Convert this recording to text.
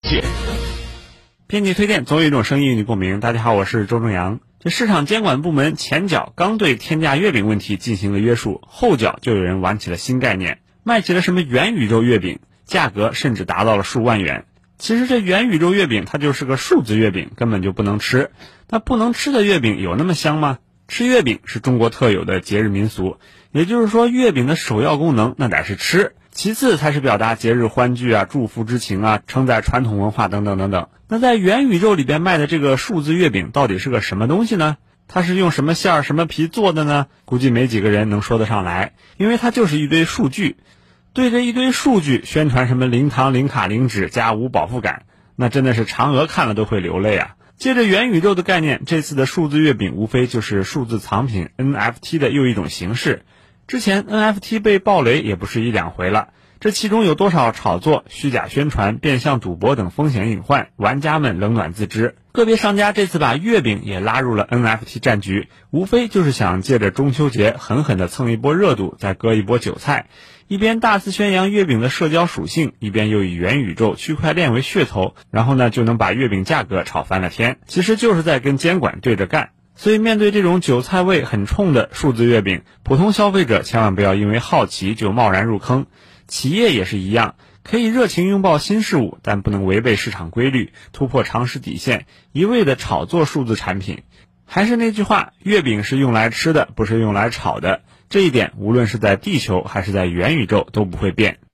编辑推荐，总有一种声音与你共鸣。大家好，我是周正阳。这市场监管部门前脚刚对天价月饼问题进行了约束，后脚就有人玩起了新概念，卖起了什么元宇宙月饼，价格甚至达到了数万元。其实这元宇宙月饼它就是个数字月饼，根本就不能吃。那不能吃的月饼有那么香吗？吃月饼是中国特有的节日民俗，也就是说月饼的首要功能那得是吃，其次才是表达节日欢聚啊、祝福之情啊、承载传统文化等等等等。那在元宇宙里边卖的这个数字月饼到底是个什么东西呢？它是用什么馅儿、什么皮做的呢？估计没几个人能说得上来，因为它就是一堆数据。对着一堆数据宣传什么零糖、零卡、零脂加无饱腹感，那真的是嫦娥看了都会流泪啊。借着元宇宙的概念，这次的数字月饼无非就是数字藏品 NFT 的又一种形式。之前 NFT 被爆雷也不是一两回了，这其中有多少炒作、虚假宣传、变相赌博等风险隐患，玩家们冷暖自知。个别商家这次把月饼也拉入了 NFT 战局，无非就是想借着中秋节狠狠地蹭一波热度，再割一波韭菜。一边大肆宣扬月饼的社交属性，一边又以元宇宙、区块链为噱头，然后呢就能把月饼价格炒翻了天，其实就是在跟监管对着干。所以面对这种韭菜味很冲的数字月饼，普通消费者千万不要因为好奇就贸然入坑。企业也是一样，可以热情拥抱新事物，但不能违背市场规律，突破常识底线，一味的炒作数字产品。还是那句话，月饼是用来吃的，不是用来炒的。这一点无论是在地球还是在元宇宙都不会变。